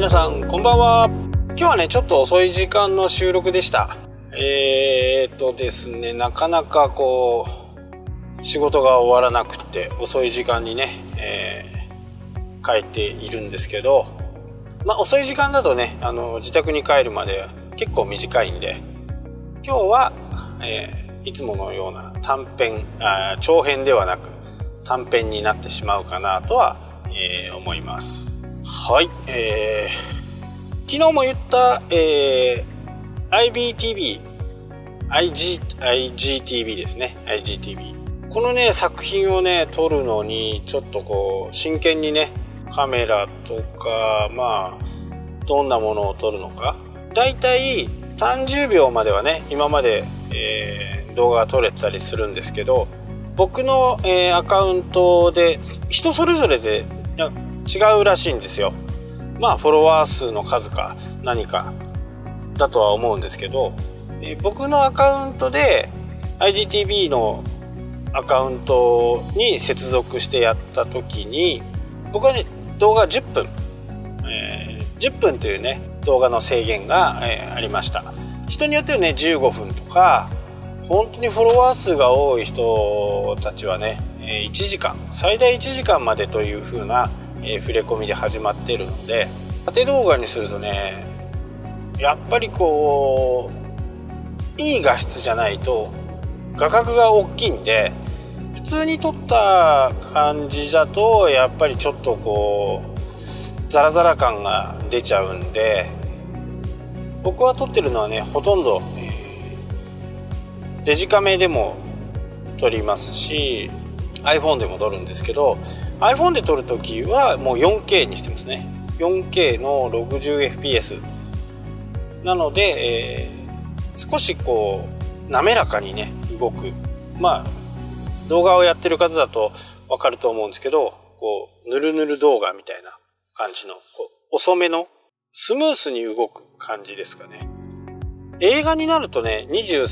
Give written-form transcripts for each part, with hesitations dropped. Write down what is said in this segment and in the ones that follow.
皆さんこんばんは。今日はねちょっと遅い時間の収録でした。ですね、なかなかこう仕事が終わらなくって遅い時間にね、帰っているんですけど、遅い時間だとね自宅に帰るまで結構短いんで、今日は、いつものような長編ではなく短編になってしまうかなとは、思います。はい、昨日も言った、IGTV ですね。 IGTV このね作品をね撮るのにちょっとこう真剣にねカメラとかどんなものを撮るのか、だいたい30秒まではね今まで、動画が撮れたりするんですけど、僕の、アカウントで人それぞれで違うらしいんですよ。フォロワー数の数か何かだとは思うんですけど、僕のアカウントで IGTV のアカウントに接続してやった時に、僕はね動画10分、10分というね動画の制限が、ありました。人によってはね15分とか、本当にフォロワー数が多い人たちはね1時間最大1時間までという風な触れ込みで始まっているので、縦動画にするとねやっぱりこういい画質じゃないと画角が大きいんで、普通に撮った感じだとやっぱりちょっとこうザラザラ感が出ちゃうんで、僕は撮ってるのはねほとんど、デジカメでも撮りますし iPhone でも撮るんですけど、 iPhone で撮るときはもう 4K にしてますね。 4K の 60fps なので、少しこう滑らかにね動く、動画をやってる方だと分かると思うんですけど、こうヌルヌル動画みたいな感じのこう遅めのスムースに動く感じですかね。映画になるとね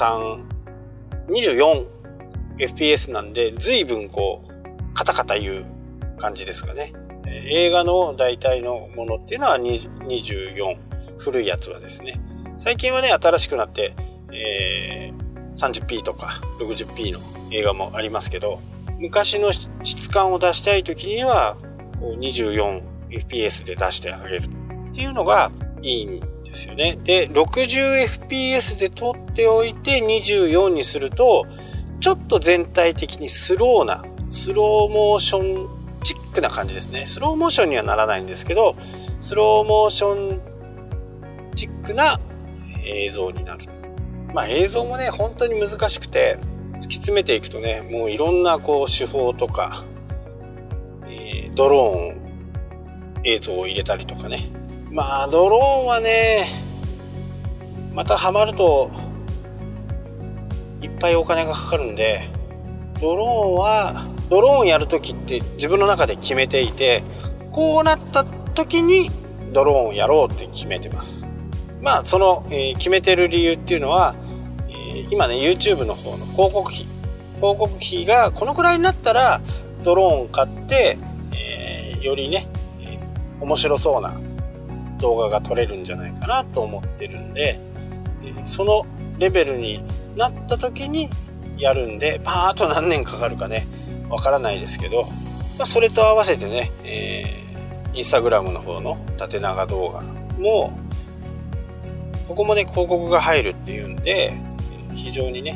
24fps なんで随分こうカタカタいう感じですかね。映画の大体のものっていうのは24、古いやつはですね。最近はね新しくなって、30p とか 60p の映画もありますけど、昔の質感を出したい時にはこう 24fps で出してあげるっていうのがいいんですよね。で 60fps で撮っておいて24にするとちょっと全体的にスローモーションチックな感じですね。スローモーションにはならないんですけど、スローモーションチックな映像になる。映像もね本当に難しくて、突き詰めていくとねもういろんなこう手法とか、ドローン映像を入れたりとかね。ドローンはねまたハマるといっぱいお金がかかるんで、ドローンやるときって自分の中で決めていて、こうなった時にドローンをやろうって決めてます。その、決めてる理由っていうのは、今ね YouTube の方の広告費がこのくらいになったらドローンを買って、よりね、面白そうな動画が撮れるんじゃないかなと思ってるんで、そのレベルになった時にやるんで、あと何年かかるかねわからないですけど、それと合わせてね、インスタグラムの方の縦長動画もそこもね広告が入るっていうんで、非常にね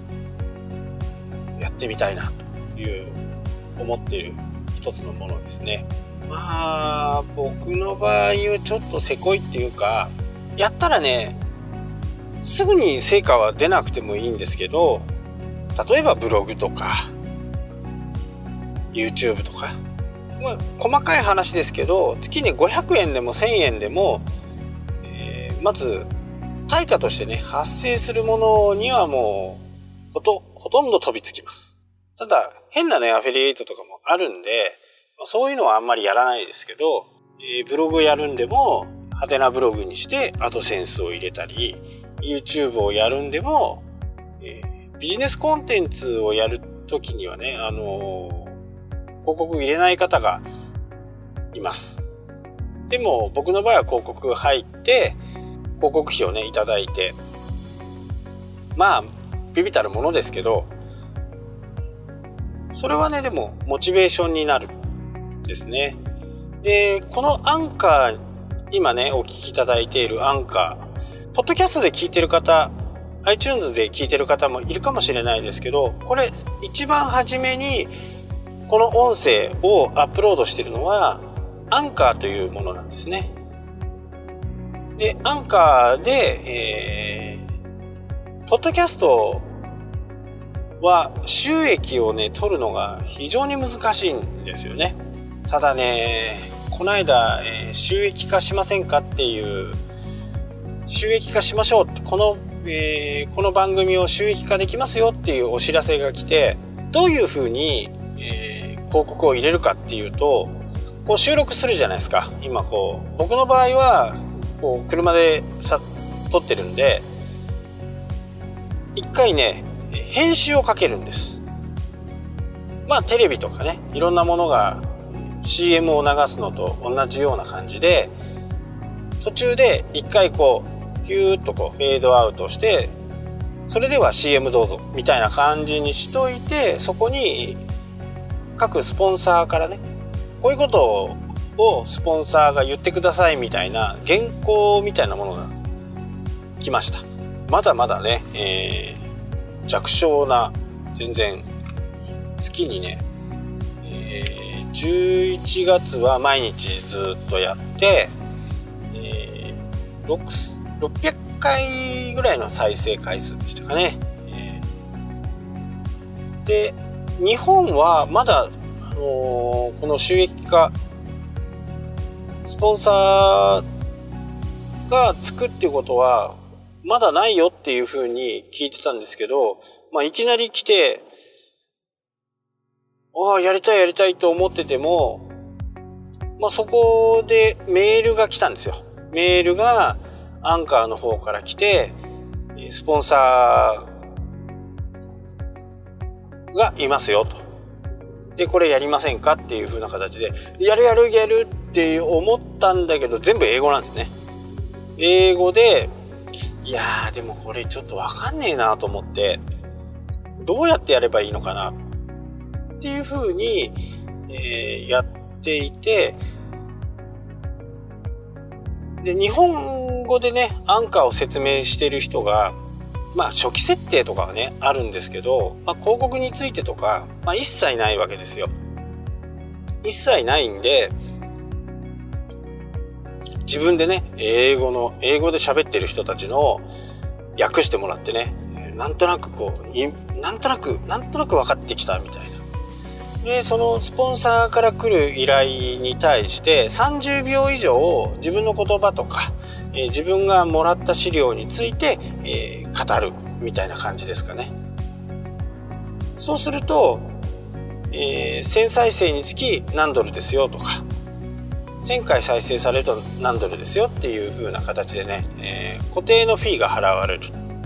やってみたいなという思っている一つのものですね。僕の場合はちょっとせこいっていうか、やったらねすぐに成果は出なくてもいいんですけど、例えばブログとか YouTube とか、細かい話ですけど月に500円でも1000円でも、まず対価としてね発生するものにはもうほとんど飛びつきます。ただ変なねアフィリエイトとかもあるんで、そういうのはあんまりやらないですけど、ブログをやるんでもハテナブログにしてアドセンスを入れたり、 YouTube をやるんでも、ビジネスコンテンツをやるときにはね広告入れない方がいます。 でも僕の場合は広告が入って広告費をねいただいて、まあ微々たるものですけど、それはねでもモチベーションになるんですね。でこのアンカー、今ねお聞きいただいているアンカー、ポッドキャストで聞いてる方、 iTunes で聞いてる方もいるかもしれないですけど、これ一番初めにこの音声をアップロードしているのはアンカーというものなんですね。でアンカーで、ポッドキャストは収益をね取るのが非常に難しいんですよね。ただね、この間、収益化しませんかっていう、収益化しましょうって、この番組を収益化できますよっていうお知らせが来て、どういうふうに、広告を入れるかっていうと、こう収録するじゃないですか。今こう僕の場合はこう車で撮ってるんで、一回ね編集をかけるんです。まあテレビとかね、いろんなものが CM を流すのと同じような感じで、途中で一回こうピューッとこうフェードアウトして、それでは CM どうぞみたいな感じにしといて、そこに各スポンサーからね、こういうことをスポンサーが言ってくださいみたいな原稿みたいなものが来ました。まだまだね、弱小な、全然月にね、11月は毎日ずっとやって、600回ぐらいの再生回数でしたかね。で日本はまだ、この収益化スポンサーがつくっていうことはまだないよっていうふうに聞いてたんですけど、まあ、いきなり来て、やりたいと思ってても、まあ、そこでメールが来たんですよ。メールがアンカーの方から来て、スポンサーがいますよと。でこれやりませんかっていう風な形で、やるって思ったんだけど、全部英語なんですね。英語で、いやーでもこれちょっとわかんねえなと思って、どうやってやればいいのかなっていう風に、やっていて、で日本語でねアンカーを説明してる人が、まあ初期設定とかはねあるんですけど、まあ、広告についてとか、まあ、一切ないわけですよ。一切ないんで、自分でね英語で喋ってる人たちの訳してもらってね、なんとなくなんとなく分かってきたみたいな。でそのスポンサーから来る依頼に対して30秒以上自分の言葉とか、自分がもらった資料について、語るみたいな感じですかね。そうすると、1000再生につき何ドルですよとか、1000回再生されると何ドルですよっていう風な形でね、固定のフィーが払われる。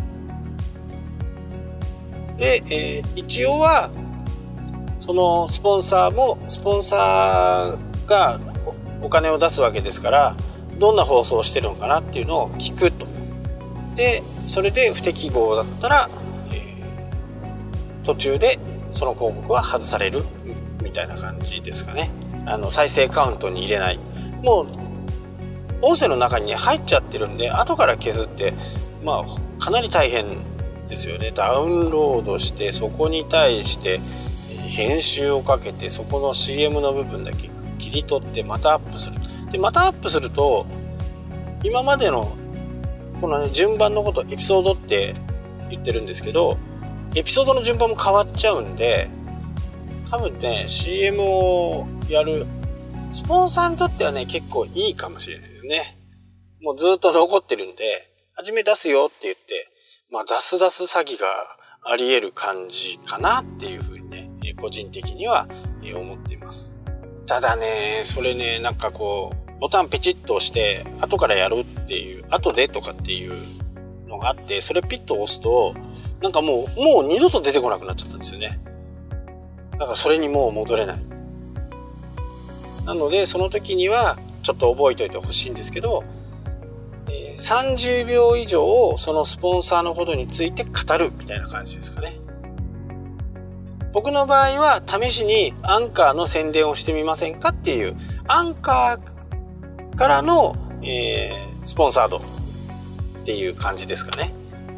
で、一応はそのスポンサーがお金を出すわけですから、どんな放送をしてるのかなっていうのを聞くと。でそれで不適合だったら、途中でその広告は外されるみたいな感じですかね。再生カウントに入れない。もう音声の中に入っちゃってるんで、後から削って、まあかなり大変ですよね。ダウンロードして、そこに対して編集をかけて、そこの CM の部分だけ切り取ってまたアップする。でまたアップすると、今までのこの、ね、順番のこと、エピソードって言ってるんですけど、エピソードの順番も変わっちゃうんで、多分ね CM をやるスポンサーにとってはね結構いいかもしれないですね。もうずっと残ってるんで、初め出すよって言って、まあ出す詐欺があり得る感じかなっていうふうにね、個人的には思っています。ただね、それね、なんかこうボタンペチッと押して後からやるっていう、後でとかっていうのがあって、それピッと押すとなんかもう二度と出てこなくなっちゃったんですよね。だからそれにもう戻れない。なのでその時にはちょっと覚えておいてほしいんですけど、30秒以上そのスポンサーのことについて語るみたいな感じですかね。僕の場合は試しにアンカーの宣伝をしてみませんかっていうアンカーからの、スポンサードっていう感じですかね。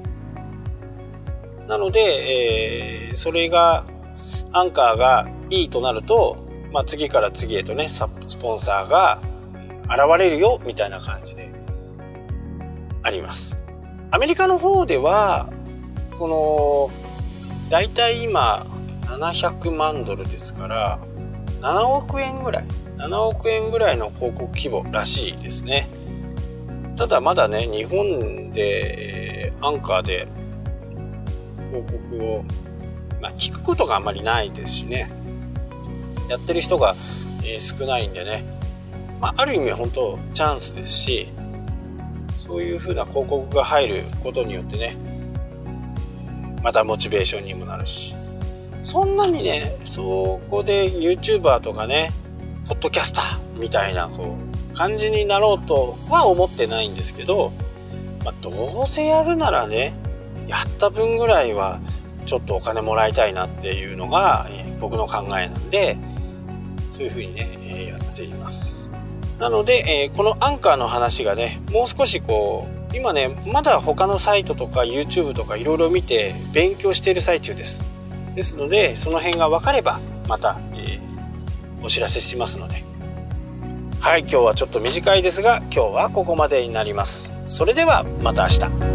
なので、それがアンカーがいいとなると、次から次へとねスポンサーが現れるよみたいな感じであります。アメリカの方ではこのだいたい今700万ドルですから7億円ぐらいの広告規模らしいですね。ただまだね日本でアンカーで広告を、聞くことがあんまりないですしね、やってる人が、少ないんでね、ある意味本当チャンスですし、そういう風な広告が入ることによってねまたモチベーションにもなるし、そんなにねそこで YouTuber とかねポッドキャスターみたいな感じになろうとは思ってないんですけど、どうせやるならねやった分ぐらいはちょっとお金もらいたいなっていうのが僕の考えなんで、そういう風にねやっています。なので、このアンカーの話がねもう少し今ねまだ他のサイトとか YouTube とかいろいろ見て勉強している最中です。ですのでその辺が分かればまた、お知らせしますので、はい、今日はちょっと短いですが今日はここまでになります。それではまた明日。